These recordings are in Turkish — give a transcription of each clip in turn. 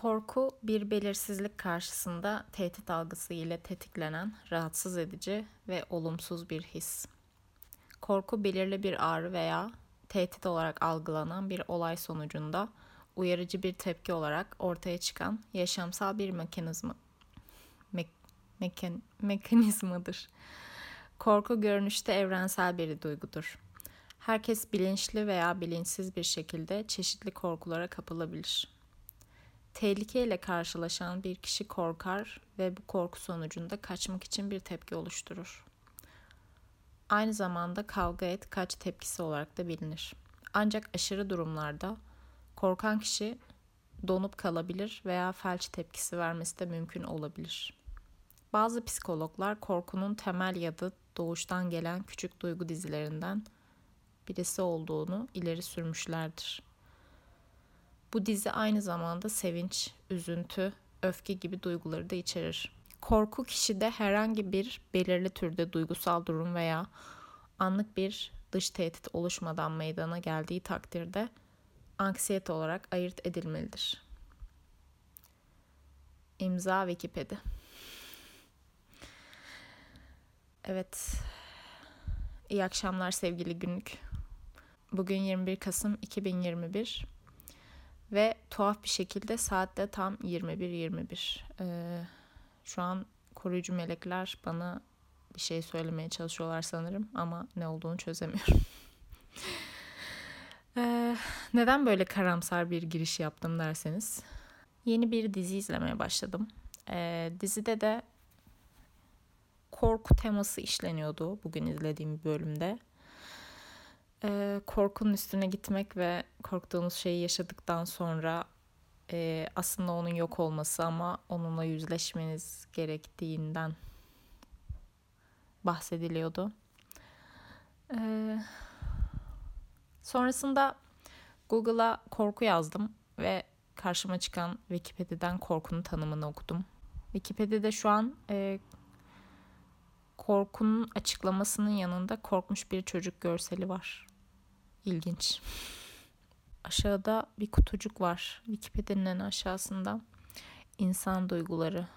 Korku bir belirsizlik karşısında tehdit algısı ile tetiklenen, rahatsız edici ve olumsuz bir his. Korku belirli bir ağrı veya tehdit olarak algılanan bir olay sonucunda uyarıcı bir tepki olarak ortaya çıkan yaşamsal bir mekanizmadır. Korku görünüşte evrensel bir duygudur. Herkes bilinçli veya bilinçsiz bir şekilde çeşitli korkulara kapılabilir. Tehlikeyle karşılaşan bir kişi korkar ve bu korku sonucunda kaçmak için bir tepki oluşturur. Aynı zamanda kavga et, kaç tepkisi olarak da bilinir. Ancak aşırı durumlarda korkan kişi donup kalabilir veya felç tepkisi vermesi de mümkün olabilir. Bazı psikologlar korkunun temel yadı doğuştan gelen küçük duygu dizilerinden birisi olduğunu ileri sürmüşlerdir. Bu dizi aynı zamanda sevinç, üzüntü, öfke gibi duyguları da içerir. Korku kişide herhangi bir belirli türde duygusal durum veya anlık bir dış tehdit oluşmadan meydana geldiği takdirde anksiyete olarak ayırt edilmelidir. İmza Wikipedia. Evet, iyi akşamlar sevgili günlük. Bugün 21 Kasım 2021 ve tuhaf bir şekilde saatte tam 21:21. Şu an koruyucu melekler bana bir şey söylemeye çalışıyorlar sanırım ama ne olduğunu çözemiyorum. Neden böyle karamsar bir giriş yaptım derseniz, yeni bir dizi izlemeye başladım. Dizide de korku teması işleniyordu bugün izlediğim bölümde. Korkunun üstüne gitmek ve korktuğunuz şeyi yaşadıktan sonra aslında onun yok olması ama onunla yüzleşmeniz gerektiğinden bahsediliyordu. Sonrasında Google'a korku yazdım ve karşıma çıkan Wikipedia'dan korkunun tanımını okudum. Wikipedia'da şu an korkunun açıklamasının yanında korkmuş bir çocuk görseli var. İlginç. Aşağıda bir kutucuk var. Wikipedia'nın en aşağısında. İnsan duyguları.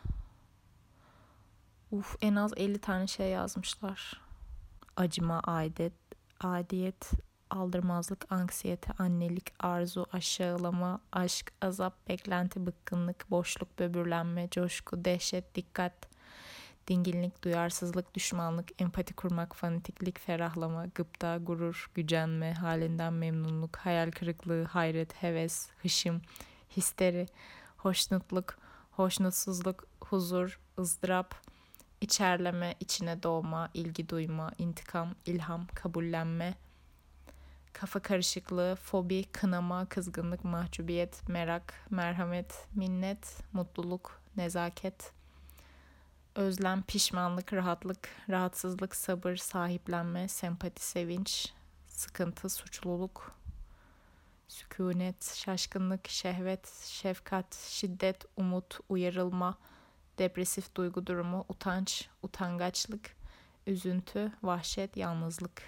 En az 50 tane şey yazmışlar. Acıma, adiyet, aldırmazlık, anksiyete, annelik, arzu, aşağılama, aşk, azap, beklenti, bıkkınlık, boşluk, böbürlenme, coşku, dehşet, dikkat, dinginlik, duyarsızlık, düşmanlık, empati kurmak, fanatiklik, ferahlama, gıpta, gurur, gücenme, halinden memnunluk, hayal kırıklığı, hayret, heves, hışım, histeri, hoşnutluk, hoşnutsuzluk, huzur, ızdırap, İçerleme, içine doğma, ilgi duyma, intikam, ilham, kabullenme, kafa karışıklığı, fobi, kınama, kızgınlık, mahcubiyet, merak, merhamet, minnet, mutluluk, nezaket, özlem, pişmanlık, rahatlık, rahatsızlık, sabır, sahiplenme, sempati, sevinç, sıkıntı, suçluluk, sükunet, şaşkınlık, şehvet, şefkat, şiddet, umut, uyarılma, depresif duygu durumu, utanç, utangaçlık, üzüntü, vahşet, yalnızlık.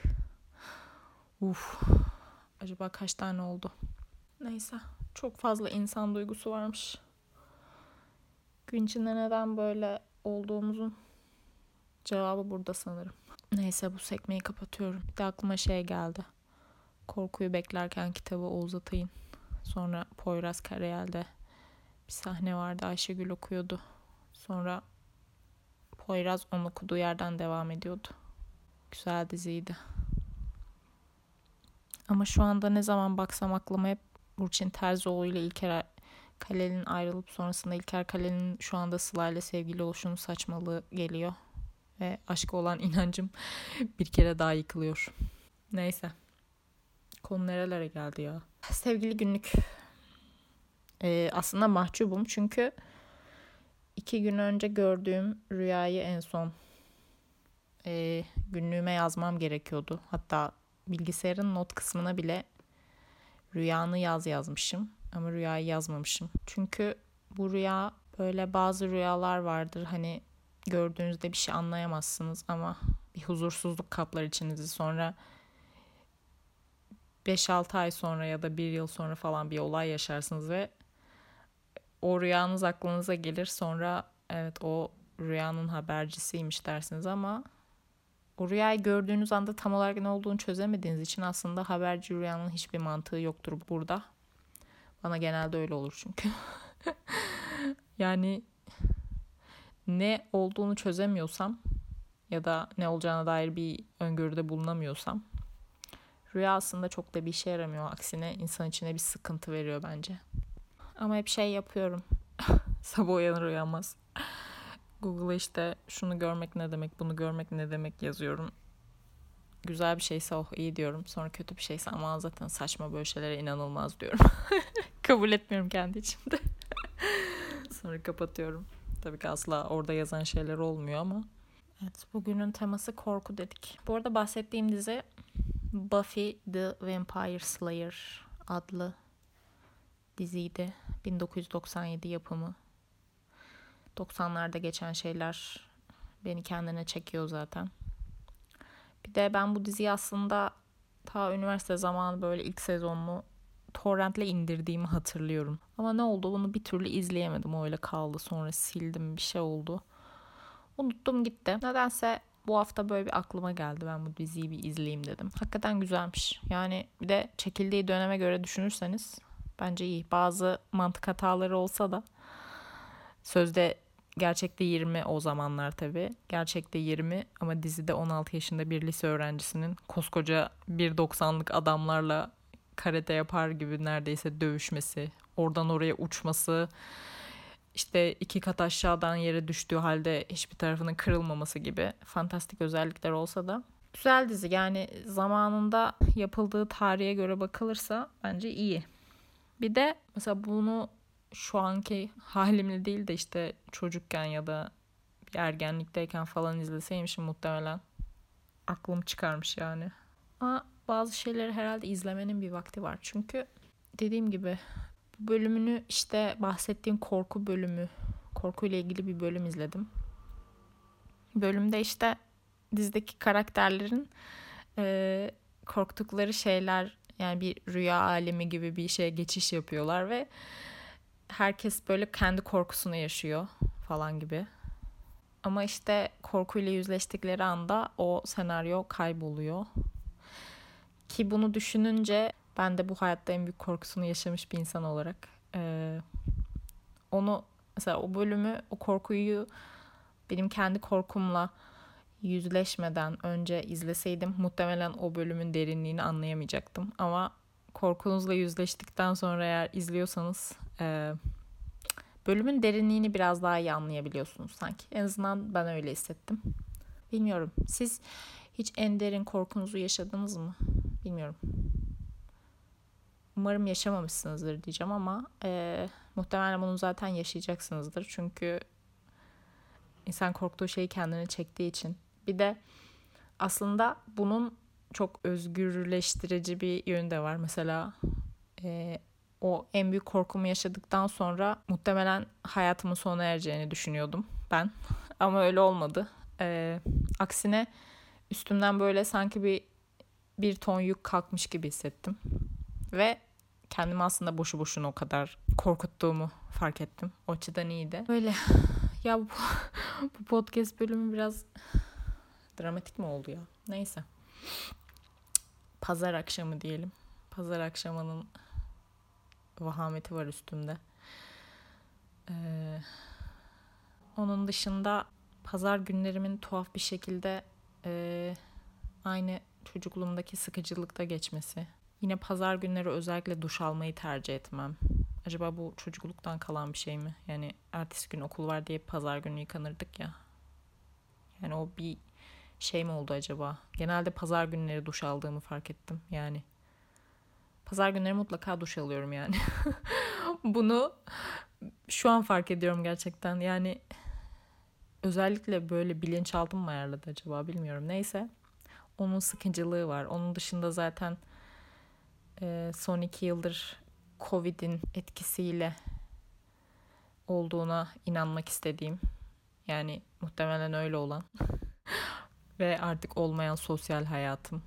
Acaba kaç tane oldu? Neyse, çok fazla insan duygusu varmış. Gün içinde neden böyle olduğumuzun cevabı burada sanırım. Neyse, bu sekmeyi kapatıyorum. Bir de aklıma şey geldi. Korkuyu beklerken kitabı Oğuz Atay'ın. Sonra Poyraz Karayel'de bir sahne vardı. Ayşegül okuyordu. Sonra Poyraz onu okuduğu yerden devam ediyordu. Güzel diziydi. Ama şu anda ne zaman baksam aklıma hep Burçin Terzioğlu ile İlker Kaleli'nin ayrılıp sonrasında İlker Kaleli'nin şu anda Sıla ile sevgili oluşunun saçmalığı geliyor. Ve aşka olan inancım bir kere daha yıkılıyor. Neyse. Konu nerelere geldi ya? Sevgili günlük. Aslında mahcubum çünkü 2 gün önce gördüğüm rüyayı en son günlüğüme yazmam gerekiyordu. Hatta bilgisayarın not kısmına bile rüyanı yazmışım ama rüyayı yazmamışım. Çünkü bu rüya, böyle bazı rüyalar vardır hani gördüğünüzde bir şey anlayamazsınız ama bir huzursuzluk kaplar içinizi, sonra 5-6 ay sonra ya da 1 yıl sonra falan bir olay yaşarsınız ve o rüyanız aklınıza gelir, sonra evet o rüyanın habercisiymiş dersiniz ama o rüyayı gördüğünüz anda tam olarak ne olduğunu çözemediğiniz için aslında haberci rüyanın hiçbir mantığı yoktur burada. Bana genelde öyle olur çünkü. Yani ne olduğunu çözemiyorsam ya da ne olacağına dair bir öngörüde bulunamıyorsam rüya aslında çok da bir işe yaramıyor. Aksine insan içine bir sıkıntı veriyor bence. Ama hep şey yapıyorum. Sabah uyanır uyanmaz Google'a işte şunu görmek ne demek, bunu görmek ne demek yazıyorum. Güzel bir şeyse oh iyi diyorum. Sonra kötü bir şeyse ama zaten saçma, böyle şeylere inanılmaz diyorum. Kabul etmiyorum kendi içimde. Sonra kapatıyorum. Tabii ki asla orada yazan şeyler olmuyor ama. Evet, bugünün teması korku dedik. Bu arada bahsettiğim dizi Buffy the Vampire Slayer adlı diziydi. 1997 yapımı. 90'larda geçen şeyler beni kendine çekiyor zaten. Bir de ben bu diziyi aslında ta üniversite zamanı böyle ilk sezonunu torrentle indirdiğimi hatırlıyorum. Ama ne oldu bunu bir türlü izleyemedim. O öyle kaldı. Sonra sildim, bir şey oldu. Unuttum gitti. Nedense bu hafta böyle bir aklıma geldi. Ben bu diziyi bir izleyeyim dedim. Hakikaten güzelmiş. Yani bir de çekildiği döneme göre düşünürseniz bence iyi. Bazı mantık hataları olsa da sözde gerçekte 20 o zamanlar tabii. Gerçekte 20 ama dizide 16 yaşında bir lise öğrencisinin koskoca 1.90'lık adamlarla karate yapar gibi neredeyse dövüşmesi, oradan oraya uçması, işte 2 kat aşağıdan yere düştüğü halde hiçbir tarafının kırılmaması gibi fantastik özellikler olsa da güzel dizi. Yani zamanında yapıldığı tarihe göre bakılırsa bence iyi. Bir de mesela bunu şu anki halimle değil de işte çocukken ya da bir ergenlikteyken falan izleseymişim muhtemelen aklım çıkarmış yani. Ama bazı şeyleri herhalde izlemenin bir vakti var. Çünkü dediğim gibi bu bölümünü işte bahsettiğim korku bölümü, korkuyla ilgili bir bölüm izledim. Bölümde işte dizideki karakterlerin korktukları şeyler, yani bir rüya alemi gibi bir şeye geçiş yapıyorlar ve herkes böyle kendi korkusunu yaşıyor falan gibi. Ama işte korkuyla yüzleştikleri anda o senaryo kayboluyor. Ki bunu düşününce ben de bu hayatta en büyük korkusunu yaşamış bir insan olarak onu mesela o bölümü, o korkuyu benim kendi korkumla yüzleşmeden önce izleseydim muhtemelen o bölümün derinliğini anlayamayacaktım. Ama korkunuzla yüzleştikten sonra eğer izliyorsanız bölümün derinliğini biraz daha iyi anlayabiliyorsunuz sanki. En azından ben öyle hissettim. Bilmiyorum. Siz hiç en derin korkunuzu yaşadınız mı? Bilmiyorum. Umarım yaşamamışsınızdır diyeceğim ama muhtemelen bunu zaten yaşayacaksınızdır. Çünkü insan korktuğu şeyi kendine çektiği için. Bir de aslında bunun çok özgürleştirici bir yönü de var. Mesela o en büyük korkumu yaşadıktan sonra muhtemelen hayatımın sona ereceğini düşünüyordum ben. Ama öyle olmadı. Aksine üstümden böyle sanki bir ton yük kalkmış gibi hissettim. Ve kendimi aslında boşu boşuna o kadar korkuttuğumu fark ettim. O açıdan iyiydi. Böyle ya bu podcast bölümü biraz dramatik mi oldu ya? Neyse. Pazar akşamı diyelim. Pazar akşamının vahameti var üstümde. Onun dışında pazar günlerimin tuhaf bir şekilde aynı çocukluğumdaki sıkıcılıkta geçmesi. Yine pazar günleri özellikle duş almayı tercih etmem. Acaba bu çocukluktan kalan bir şey mi? Yani ertesi gün okul var diye pazar günü yıkanırdık ya. Yani o bir şey mi oldu acaba? Genelde pazar günleri duş aldığımı fark ettim. Yani pazar günleri mutlaka duş alıyorum yani. Bunu şu an fark ediyorum gerçekten. Yani özellikle böyle bilinçaltım mı ayarladı acaba bilmiyorum. Neyse. Onun sıkıcılığı var. Onun dışında zaten son 2 yıldır Covid'in etkisiyle olduğuna inanmak istediğim, yani muhtemelen öyle olan ve artık olmayan sosyal hayatım.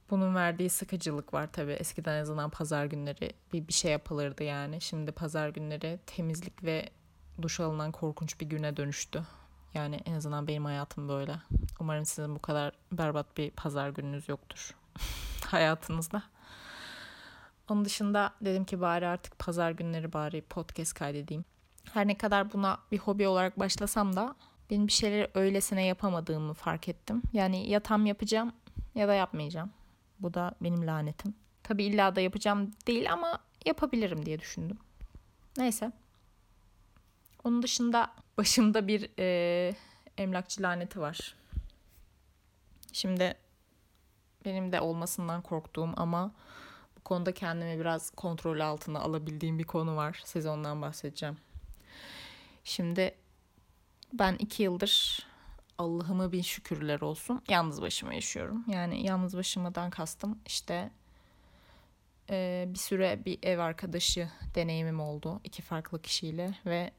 Bunun verdiği sıkıcılık var tabii. Eskiden en azından pazar günleri bir şey yapılırdı yani. Şimdi pazar günleri temizlik ve duş alınan korkunç bir güne dönüştü. Yani en azından benim hayatım böyle. Umarım sizin bu kadar berbat bir pazar gününüz yoktur hayatınızda. Onun dışında dedim ki bari artık pazar günleri bari podcast kaydedeyim. Her ne kadar buna bir hobi olarak başlasam da benim bir şeyleri öylesine yapamadığımı fark ettim. Yani ya tam yapacağım ya da yapmayacağım. Bu da benim lanetim. Tabii illa da yapacağım değil ama yapabilirim diye düşündüm. Neyse. Onun dışında başımda bir emlakçı laneti var. Şimdi benim de olmasından korktuğum ama bu konuda kendimi biraz kontrol altına alabildiğim bir konu var. Size ondan bahsedeceğim. Şimdi ben 2 yıldır Allah'ıma bin şükürler olsun yalnız başıma yaşıyorum. Yani yalnız başımadan kastım işte bir süre bir ev arkadaşı deneyimim oldu. 2 farklı kişiyle ve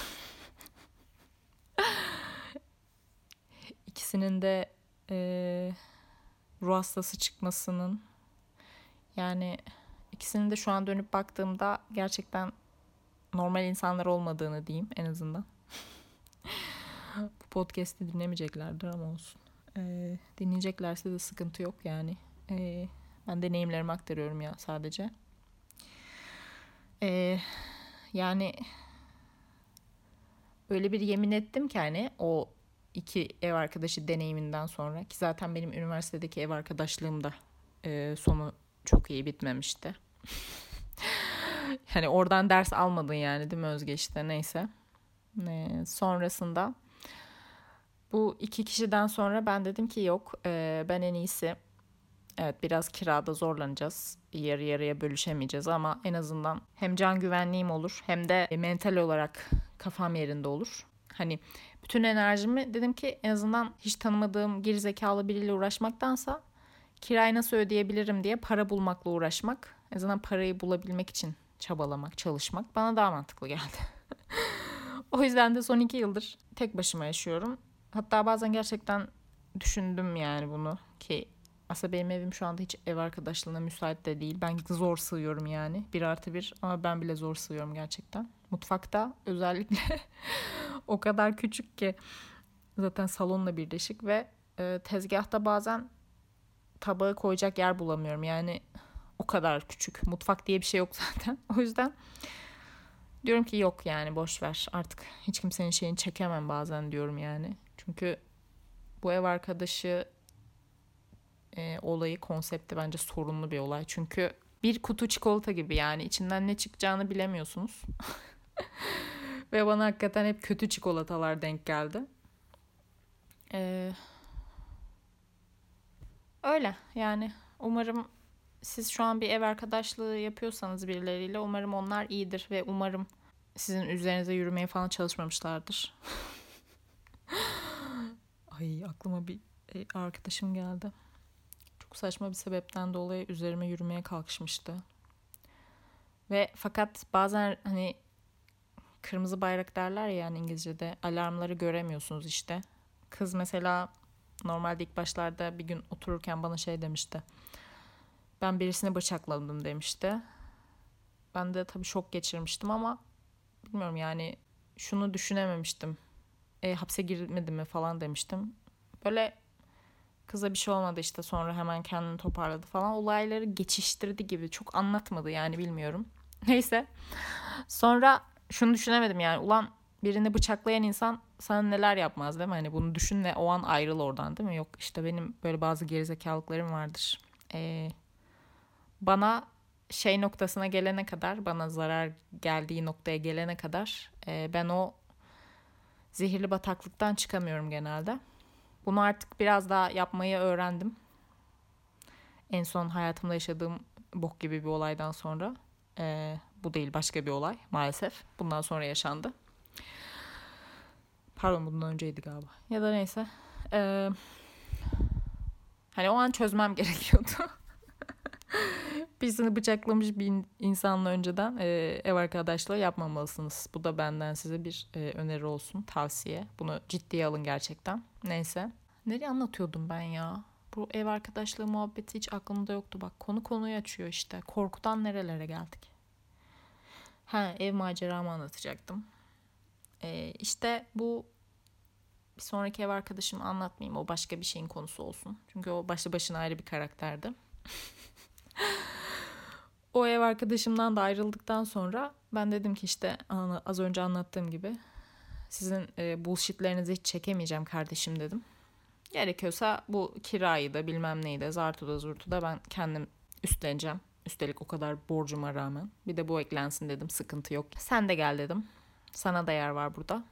ikisinin de ruh hastası çıkmasının yani ikisinin de şu an dönüp baktığımda gerçekten normal insanlar olmadığını diyeyim en azından. Bu podcast'i dinlemeyeceklerdir ama olsun. Dinleyeceklerse de sıkıntı yok yani. Ben deneyimlerimi aktarıyorum ya sadece. Yani öyle bir yemin ettim ki hani o 2 ev arkadaşı deneyiminden sonra ki zaten benim üniversitedeki ev arkadaşlığım da sonu çok iyi bitmemişti. Hani oradan ders almadın yani değil mi Özge işte neyse. Sonrasında bu 2 kişiden sonra ben dedim ki yok ben en iyisi evet biraz kirada zorlanacağız. Yarı yarıya bölüşemeyeceğiz ama en azından hem can güvenliğim olur hem de mental olarak kafam yerinde olur. Hani bütün enerjimi dedim ki en azından hiç tanımadığım gerizekalı biriyle uğraşmaktansa kirayı nasıl ödeyebilirim diye para bulmakla uğraşmak. En azından parayı bulabilmek için çabalamak, çalışmak bana daha mantıklı geldi. O yüzden de son 2 yıldır tek başıma yaşıyorum. Hatta bazen gerçekten düşündüm yani bunu ki aslında benim evim şu anda hiç ev arkadaşlığına müsait de değil. Ben zor sığıyorum yani. 1+1 ama ben bile zor sığıyorum gerçekten. Mutfakta özellikle o kadar küçük ki zaten salonla birleşik ve tezgahta bazen tabağı koyacak yer bulamıyorum. Yani o kadar küçük. Mutfak diye bir şey yok zaten. O yüzden diyorum ki yok yani boş ver. Artık hiç kimsenin şeyini çekemem bazen diyorum yani. Çünkü bu ev arkadaşı olayı, konsepti bence sorunlu bir olay. Çünkü bir kutu çikolata gibi yani içinden ne çıkacağını bilemiyorsunuz. Ve bana hakikaten hep kötü çikolatalar denk geldi. Öyle yani umarım siz şu an bir ev arkadaşlığı yapıyorsanız birileriyle umarım onlar iyidir ve umarım sizin üzerinize yürümeye falan çalışmamışlardır. Ay aklıma bir arkadaşım geldi. Çok saçma bir sebepten dolayı üzerime yürümeye kalkışmıştı. Ve fakat bazen hani kırmızı bayrak derler ya yani İngilizce'de alarmları göremiyorsunuz işte. Kız mesela normalde ilk başlarda bir gün otururken bana şey demişti. Ben birisini bıçakladım demişti. Ben de tabii şok geçirmiştim ama bilmiyorum yani şunu düşünememiştim. Hapse girmedi mi falan demiştim. Böyle kıza bir şey olmadı işte sonra hemen kendini toparladı falan. Olayları geçiştirdi gibi çok anlatmadı yani bilmiyorum. Neyse sonra şunu düşünemedim yani ulan birini bıçaklayan insan sana neler yapmaz değil mi? Hani bunu düşün ve o an ayrıl oradan değil mi? Yok işte benim böyle bazı gerizekalıklarım vardır. Bana şey noktasına gelene kadar bana zarar geldiği noktaya gelene kadar ben o zehirli bataklıktan çıkamıyorum genelde. Bunu artık biraz daha yapmayı öğrendim. En son hayatımda yaşadığım bok gibi bir olaydan sonra. Bu değil başka bir olay maalesef. Bundan sonra yaşandı. Pardon bundan önceydi galiba. Ya da neyse. Hani o an çözmem gerekiyordu. Birisini bıçaklamış bir insanla önceden ev arkadaşlığı yapmamalısınız. Bu da benden size bir öneri olsun, tavsiye. Bunu ciddiye alın gerçekten. Neyse. Nereye anlatıyordum ben ya? Bu ev arkadaşlığı muhabbeti hiç aklımda yoktu. Bak konu konuyu açıyor işte. Korkudan nerelere geldik. Ev maceramı anlatacaktım. İşte bu bir sonraki ev arkadaşımı anlatmayayım. O başka bir şeyin konusu olsun. Çünkü o başlı başına ayrı bir karakterdi. O ev arkadaşımdan da ayrıldıktan sonra ben dedim ki işte az önce anlattığım gibi sizin bullshitlerinizi hiç çekemeyeceğim kardeşim dedim. Gerekiyorsa bu kirayı da bilmem neyi de zartu da zurtu da ben kendim üstleneceğim. Üstelik o kadar borcuma rağmen. Bir de bu eklensin dedim, sıkıntı yok. Sen de gel dedim. Sana da yer var burada.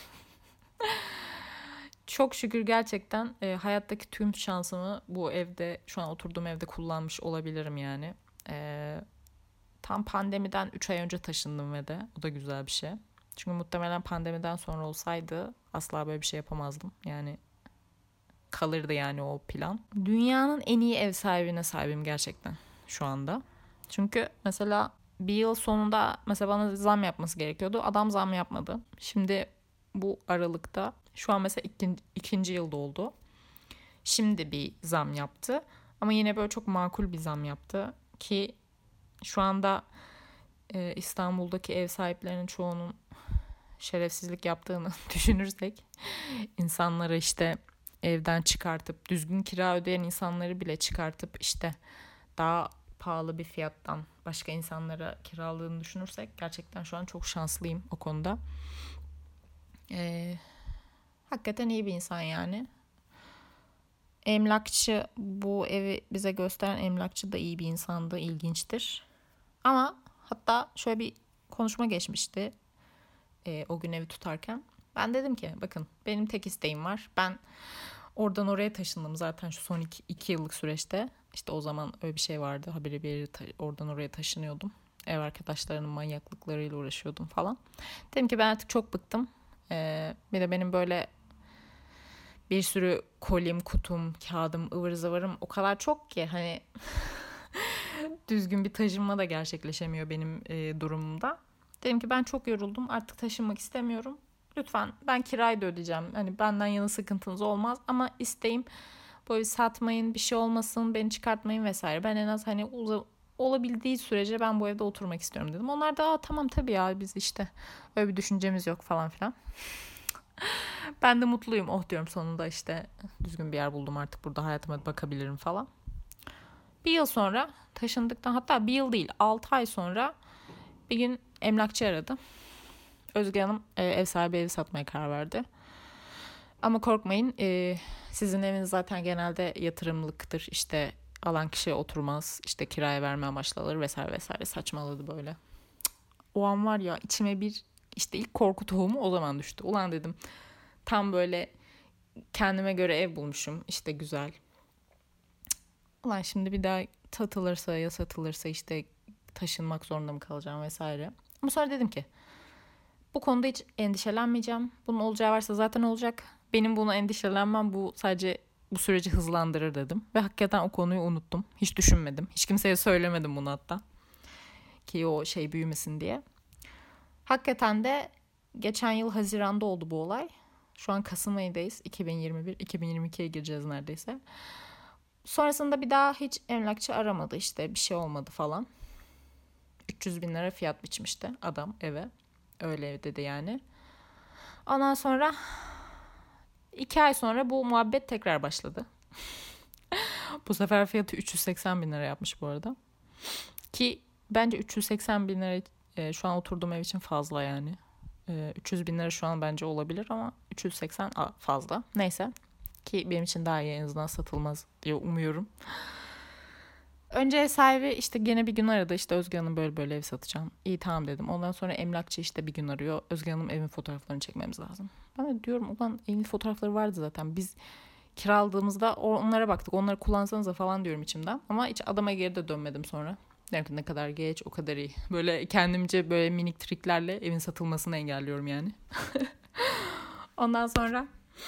Çok şükür gerçekten hayattaki tüm şansımı bu evde, şu an oturduğum evde kullanmış olabilirim yani. Tam pandemiden 3 ay önce taşındım ve de o da güzel bir şey. Çünkü muhtemelen pandemiden sonra olsaydı asla böyle bir şey yapamazdım. Yani kalırdı yani o plan. Dünyanın en iyi ev sahibine sahibim gerçekten şu anda. Çünkü mesela bir yıl sonunda mesela bana zam yapması gerekiyordu. Adam zam yapmadı. Şimdi bu aralıkta şu an mesela ikinci yılda oldu. Şimdi bir zam yaptı. Ama yine böyle çok makul bir zam yaptı. Ki şu anda İstanbul'daki ev sahiplerinin çoğunun şerefsizlik yaptığını düşünürsek insanlara işte evden çıkartıp düzgün kira ödeyen insanları bile çıkartıp işte daha pahalı bir fiyattan başka insanlara kiraladığını düşünürsek gerçekten şu an çok şanslıyım o konuda. Hakikaten iyi bir insan yani. Emlakçı, bu evi bize gösteren emlakçı da iyi bir insandı, ilginçtir. Ama hatta şöyle bir konuşma geçmişti o gün evi tutarken. Ben dedim ki bakın benim tek isteğim var. Ben oradan oraya taşındım zaten şu son iki yıllık süreçte. İşte o zaman öyle bir şey vardı. Haberi bir oradan oraya taşınıyordum. Ev arkadaşlarının manyaklıklarıyla uğraşıyordum falan. Dedim ki ben artık çok bıktım. Bir de benim böyle bir sürü kolim, kutum, kağıdım, ıvır zıvarım o kadar çok ki hani düzgün bir taşınma da gerçekleşemiyor benim durumumda. Dedim ki ben çok yoruldum, artık taşınmak istemiyorum. Lütfen ben kirayı da ödeyeceğim. Hani benden yana sıkıntınız olmaz ama isteğim böyle satmayın, bir şey olmasın, beni çıkartmayın vesaire. Ben en az hani olabildiği sürece ben bu evde oturmak istiyorum dedim. Onlar da tamam tabii ya biz işte öyle bir düşüncemiz yok falan filan. Ben de mutluyum. Oh diyorum sonunda işte düzgün bir yer buldum, artık burada hayatıma bakabilirim falan. Bir yıl sonra taşındıktan, hatta bir yıl değil 6 ay sonra bir gün emlakçı aradı. Özge Hanım ev sahibi evi satmaya karar verdi. Ama korkmayın sizin eviniz zaten genelde yatırımlıktır. İşte alan kişi oturmaz, işte kiraya verme amaçlı alır vesaire vesaire, saçmaladı böyle. O an var ya içime bir işte ilk korku tohumu o zaman düştü. Ulan dedim tam böyle kendime göre ev bulmuşum işte güzel. Ulan şimdi bir daha satılırsa ya satılırsa işte taşınmak zorunda mı kalacağım vesaire. Ama sonra dedim ki bu konuda hiç endişelenmeyeceğim. Bunun olacağı varsa zaten olacak. Benim bunu endişelenmem bu sadece bu süreci hızlandırır dedim. Ve hakikaten o konuyu unuttum. Hiç düşünmedim. Hiç kimseye söylemedim bunu hatta. Ki o şey büyümesin diye. Hakikaten de geçen yıl Haziran'da oldu bu olay. Şu an Kasım ayındayız. 2021, 2022'ye gireceğiz neredeyse. Sonrasında bir daha hiç emlakçı aramadı, işte bir şey olmadı falan. 300 bin lira fiyat biçmişti adam eve. Öyle ev dedi yani. Ondan sonra 2 ay sonra bu muhabbet tekrar başladı. Bu sefer fiyatı 380 bin lira yapmış bu arada. Ki bence 380 bin lira şu an oturduğum ev için fazla yani. 300 bin lira şu an bence olabilir ama 380 fazla. Neyse. Ki benim için daha iyi, en azından satılmaz diye umuyorum. Önce ev sahibi işte gene bir gün aradı, işte Özge Hanım böyle böyle ev satacağım. İyi tamam dedim. Ondan sonra emlakçı işte bir gün arıyor. Özge Hanım evin fotoğraflarını çekmemiz lazım. Ben de diyorum ulan evin fotoğrafları vardı zaten. Biz kiraladığımızda onlara baktık. Onları kullansanıza falan diyorum içimden. Ama hiç adama geri de dönmedim sonra. Diyorum ki ne kadar geç o kadar iyi. Böyle kendimce böyle minik triklerle evin satılmasını engelliyorum yani. Ondan sonra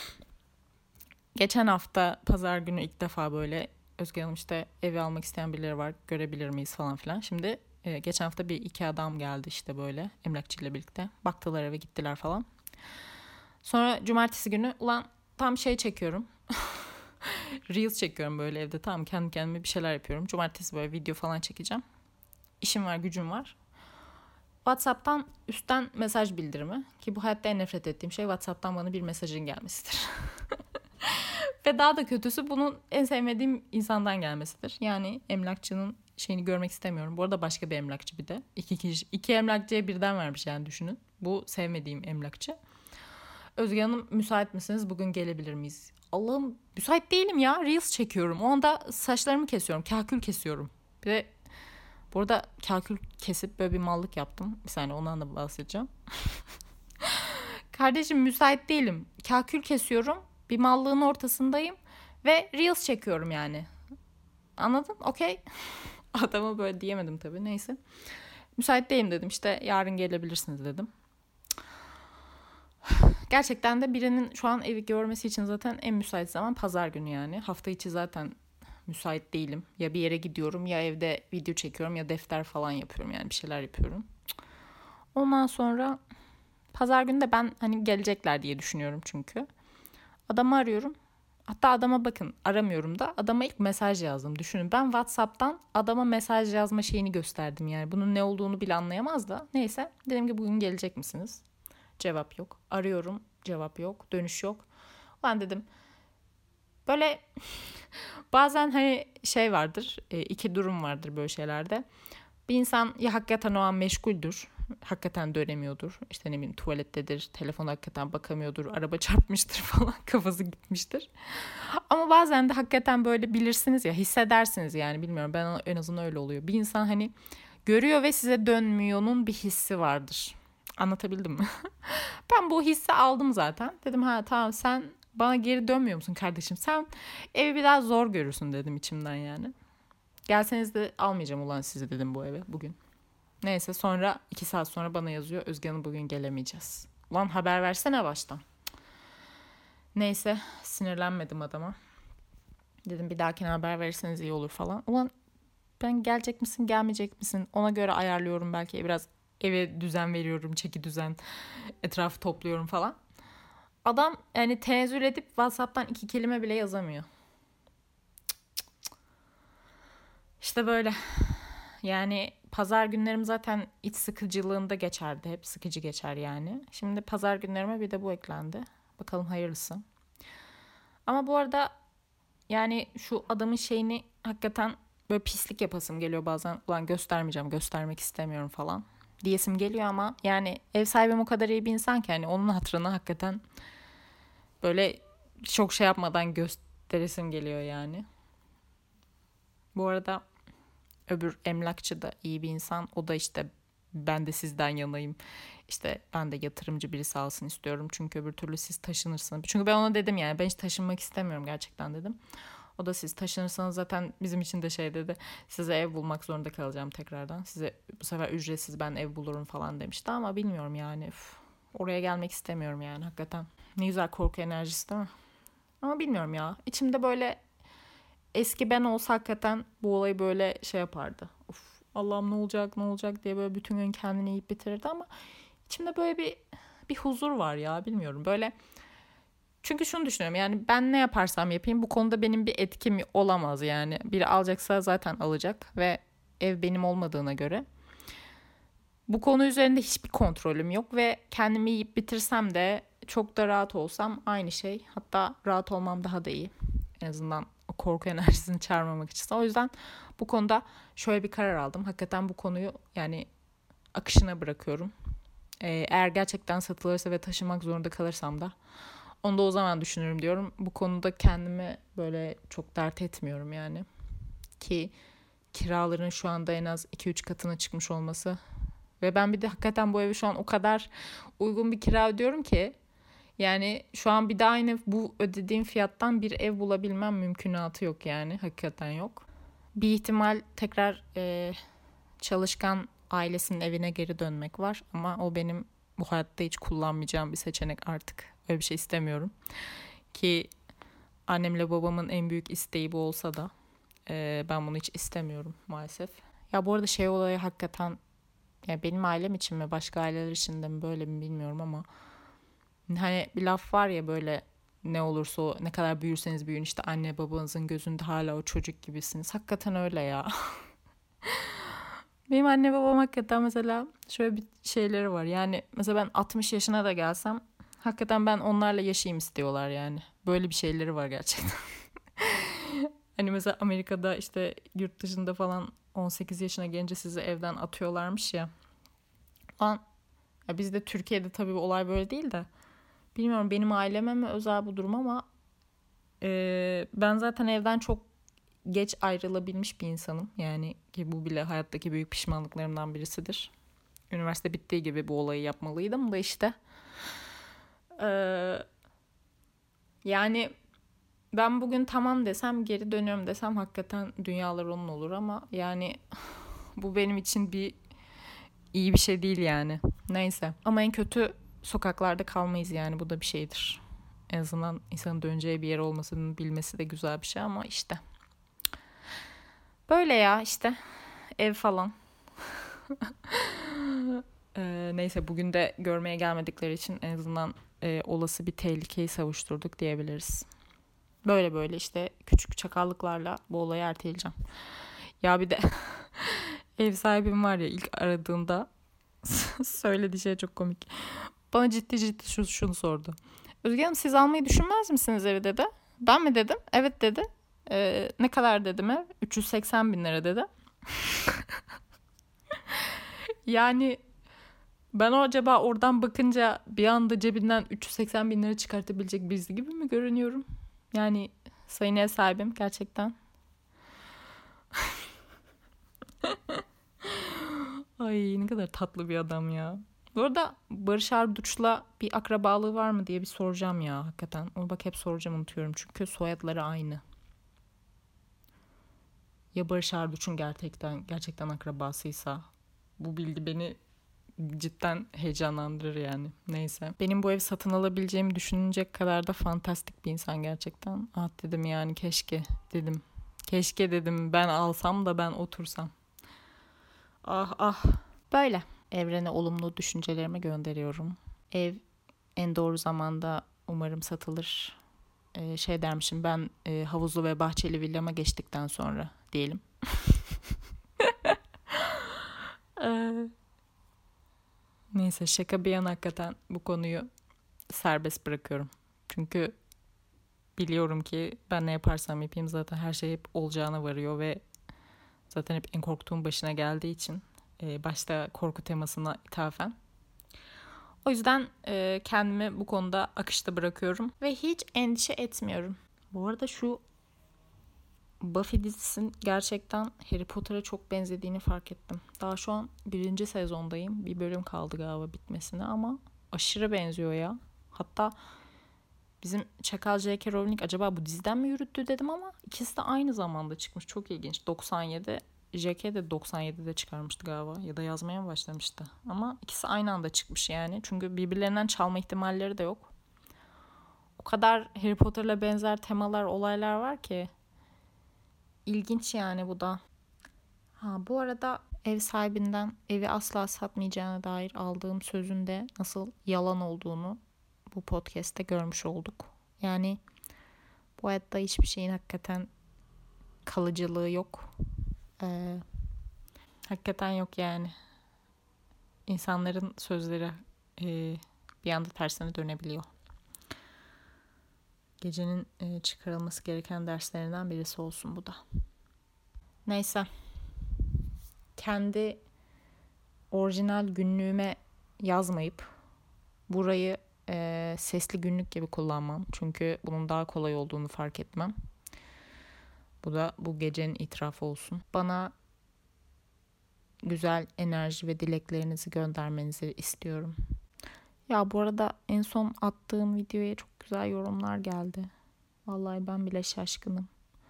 geçen hafta pazar günü ilk defa böyle Özge Hanım işte evi almak isteyen birileri var, görebilir miyiz falan filan. Şimdi geçen hafta bir iki adam geldi işte böyle emlakçıyla birlikte. Baktılar eve, gittiler falan. Sonra cumartesi günü ulan tam şey çekiyorum. Reels çekiyorum böyle evde, tamam, kendi kendime bir şeyler yapıyorum. Cumartesi böyle video falan çekeceğim. İşim var, gücüm var. WhatsApp'tan üstten mesaj bildirimi, ki bu hayatta en nefret ettiğim şey WhatsApp'tan bana bir mesajın gelmesidir. Ve daha da kötüsü bunun en sevmediğim insandan gelmesidir. Yani emlakçının şeyini görmek istemiyorum. Bu arada başka bir emlakçı bir de. İki emlakçıya birden vermiş yani, düşünün. Bu sevmediğim emlakçı. Özge Hanım, müsait misiniz? Bugün gelebilir miyiz? Allah'ım, müsait değilim ya. Reels çekiyorum. O anda saçlarımı kesiyorum. Kahkül kesiyorum. Bir de bu arada kahkül kesip böyle bir mallık yaptım. Bir saniye, ondan da bahsedeceğim. Kardeşim, müsait değilim. Kahkül kesiyorum. Bir mallığın ortasındayım. Ve Reels çekiyorum yani. Anladın? Okey. Adama böyle diyemedim tabii. Neyse. Müsait değilim dedim. İşte yarın gelebilirsiniz dedim. Gerçekten de birinin şu an evi görmesi için zaten en müsait zaman pazar günü yani. Hafta içi zaten müsait değilim. Ya bir yere gidiyorum, ya evde video çekiyorum, ya defter falan yapıyorum, yani bir şeyler yapıyorum. Ondan sonra pazar günü de ben hani gelecekler diye düşünüyorum çünkü. Adamı arıyorum. Hatta adama bakın, aramıyorum da adama ilk mesaj yazdım. Düşünün, ben WhatsApp'tan adama mesaj yazma şeyini gösterdim yani. Bunun ne olduğunu bile anlayamaz da. Neyse, dedim ki bugün gelecek misiniz? Cevap yok. Arıyorum, cevap yok. Dönüş yok. Ben dedim böyle bazen hani şey vardır, iki durum vardır böyle şeylerde. Bir insan ya hakikaten o an meşguldür, hakikaten dönemiyordur. İşte ne bileyim, tuvalettedir, telefona hakikaten bakamıyordur, araba çarpmıştır falan, kafası gitmiştir. Ama bazen de hakikaten böyle bilirsiniz ya, hissedersiniz yani, bilmiyorum, ben en azından öyle oluyor. Bir insan hani görüyor ve size dönmüyor'nun bir hissi vardır. Anlatabildim mi? Ben bu hissi aldım zaten. Dedim ha tamam, sen bana geri dönmüyor musun kardeşim? Sen evi biraz zor görürsün dedim içimden yani. Gelseniz de almayacağım ulan sizi dedim bu eve bugün. Neyse, sonra 2 saat sonra bana yazıyor. Özge Hanım, bugün gelemeyeceğiz. Ulan haber versene baştan. Neyse, sinirlenmedim adama. Dedim bir dahakine haber verirseniz iyi olur falan. Ulan ben gelecek misin gelmeyecek misin ona göre ayarlıyorum belki, biraz eve düzen veriyorum, çeki düzen, etrafı topluyorum falan. Adam yani tenezzül edip WhatsApp'tan 2 kelime bile yazamıyor. İşte böyle. Yani pazar günlerim zaten iç sıkıcılığında geçerdi. Hep sıkıcı geçer yani. Şimdi pazar günlerime bir de bu eklendi. Bakalım hayırlısı. Ama bu arada yani şu adamın şeyini hakikaten böyle pislik yapasım geliyor bazen. Ulan göstermeyeceğim, göstermek istemiyorum falan diyesim geliyor ama yani ev sahibim o kadar iyi bir insan ki hani onun hatırına hakikaten böyle çok şey yapmadan gösteresim geliyor yani. Bu arada öbür emlakçı da iyi bir insan. O da işte ben de sizden yanayım. İşte ben de yatırımcı birisi alsın istiyorum. Çünkü öbür türlü siz taşınırsınız. Çünkü ben ona dedim yani, ben hiç taşınmak istemiyorum gerçekten dedim. O da siz taşınırsanız zaten bizim için de şey dedi. Size ev bulmak zorunda kalacağım tekrardan. Size bu sefer ücretsiz ben ev bulurum falan demişti ama bilmiyorum yani. Oraya gelmek istemiyorum yani hakikaten. Ne güzel korku enerjisi değil mi? Ama bilmiyorum ya. İçimde böyle eski ben olsa hakikaten bu olayı böyle şey yapardı. Of, Allah'ım ne olacak ne olacak diye böyle bütün gün kendini yiyip bitirirdi ama içimde böyle bir huzur var ya, bilmiyorum böyle. Çünkü şunu düşünüyorum yani, ben ne yaparsam yapayım bu konuda benim bir etkim olamaz yani. Biri alacaksa zaten alacak ve ev benim olmadığına göre bu konu üzerinde hiçbir kontrolüm yok ve kendimi yiyip bitirsem de çok da rahat olsam aynı şey. Hatta rahat olmam daha da iyi. En azından o korku enerjisini çağırmamak için. O yüzden bu konuda şöyle bir karar aldım. Hakikaten bu konuyu yani akışına bırakıyorum. Eğer gerçekten satılırsa ve taşımak zorunda kalırsam da onu da o zaman düşünürüm diyorum. Bu konuda kendimi böyle çok dert etmiyorum yani. Ki kiraların şu anda en az 2-3 katına çıkmış olması. Ve ben bir de hakikaten bu evi şu an o kadar uygun bir kira ödüyorum ki. Yani şu an bir de aynı bu ödediğim fiyattan bir ev bulabilmem mümkünatı yok yani. Hakikaten yok. Bir ihtimal tekrar çalışkan ailesinin evine geri dönmek var. Ama o benim bu hayatta hiç kullanmayacağım bir seçenek artık. Öyle bir şey istemiyorum. Ki annemle babamın en büyük isteği bu olsa da ben bunu hiç istemiyorum maalesef. Ya bu arada şey olayı hakikaten, ya benim ailem için mi başka aileler için de mi böyle mi bilmiyorum ama hani bir laf var ya böyle, ne olursa o, ne kadar büyürseniz büyüyün işte anne babanızın gözünde hala o çocuk gibisiniz. Hakikaten öyle ya. Benim anne babam hakikaten mesela şöyle bir şeyleri var. Yani mesela ben 60 yaşına da gelsem hakikaten ben onlarla yaşayayım istiyorlar yani. Böyle bir şeyleri var gerçekten. Hani mesela Amerika'da işte yurt dışında falan 18 yaşına gelince sizi evden atıyorlarmış ya. Lan ya bizde Türkiye'de tabii olay böyle değil de bilmiyorum benim aileme mi özel bu durum ama ben zaten evden çok geç ayrılabilmiş bir insanım. Yani ki bu bile hayattaki büyük pişmanlıklarımdan birisidir. Üniversite bittiği gibi bu olayı yapmalıydım da işte. Yani ben bugün tamam desem geri dönüyorum desem hakikaten dünyalar onun olur ama yani bu benim için iyi bir şey değil yani. Neyse ama en kötü sokaklarda kalmayız yani bu da bir şeydir. En azından insanın döneceği bir yer olmasını bilmesi de güzel bir şey ama işte. Böyle ya işte ev falan. Neyse bugün de görmeye gelmedikleri için en azından olası bir tehlikeyi savuşturduk diyebiliriz. Böyle işte küçük çakallıklarla bu olayı erteleyeceğim. Ya bir de ev sahibim var ya ilk aradığında söylediği şey çok komik. Bana ciddi şunu sordu. Özge Hanım siz almayı düşünmez misiniz evi dedi. Ben mi dedim? Evet dedi. Ne kadar dedim ev? 380 bin lira dedi. Yani ben acaba oradan bakınca bir anda cebinden 380 bin lira çıkartabilecek birisi gibi mi görünüyorum? Yani sayın ev sahibim gerçekten. Ay ne kadar tatlı bir adam ya. Bu arada Barış Arduç'la bir akrabalığı var mı diye bir soracağım ya hakikaten. Onu bak hep soracağım unutuyorum çünkü soyadları aynı. Ya Barış Arduç'un gerçekten akrabasıysa bu bilgi beni cidden heyecanlandırır yani. Neyse. Benim bu evi satın alabileceğimi düşünecek kadar da fantastik bir insan gerçekten. Ah dedim yani keşke dedim. Keşke dedim ben alsam da ben otursam. Ah. Böyle. Evrene olumlu düşüncelerimi gönderiyorum. Ev en doğru zamanda umarım satılır. Şey dermişim ben havuzlu ve bahçeli villama geçtikten sonra diyelim. Neyse şaka bir yana hakikaten bu konuyu serbest bırakıyorum. Çünkü biliyorum ki ben ne yaparsam yapayım zaten her şey hep olacağına varıyor ve zaten hep en korktuğum başına geldiği için başta korku temasına ithafen. O yüzden kendimi bu konuda akışta bırakıyorum ve hiç endişe etmiyorum. Bu arada şu Buffy dizisinin gerçekten Harry Potter'a çok benzediğini fark ettim. Daha şu an 1. sezondayım. Bir bölüm kaldı galiba bitmesine ama aşırı benziyor ya. Hatta bizim Çakal J.K. Rowling acaba bu diziden mi yürüttü dedim ama ikisi de aynı zamanda çıkmış. Çok ilginç. 97 J.K. de 97'de çıkarmıştı galiba ya da yazmaya mı başlamıştı. Ama ikisi aynı anda çıkmış yani. Çünkü birbirlerinden çalma ihtimalleri de yok. O kadar Harry Potter'la benzer temalar, olaylar var ki. İlginç yani bu da. Bu arada ev sahibinden evi asla satmayacağına dair aldığım sözünde nasıl yalan olduğunu bu podcast'te görmüş olduk. Yani bu hayatta hiçbir şeyin hakikaten kalıcılığı yok. Hakikaten yok yani. İnsanların sözleri bir anda tersine dönebiliyor. Gecenin çıkarılması gereken derslerinden birisi olsun bu da. Neyse. Kendi orijinal günlüğüme yazmayıp burayı sesli günlük gibi kullanmam. Çünkü bunun daha kolay olduğunu fark etmem. Bu da bu gecenin itirafı olsun. Bana güzel enerji ve dileklerinizi göndermenizi istiyorum. Ya bu arada en son attığım videoya çok güzel yorumlar geldi. Vallahi ben bile şaşkınım.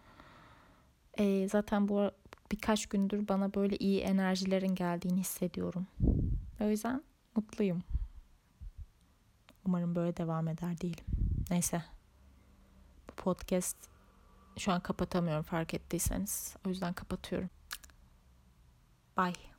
Zaten bu birkaç gündür bana böyle iyi enerjilerin geldiğini hissediyorum. O yüzden mutluyum. Umarım böyle devam eder değilim. Neyse. Bu podcast şu an kapatamıyorum fark ettiyseniz. O yüzden kapatıyorum. Bye.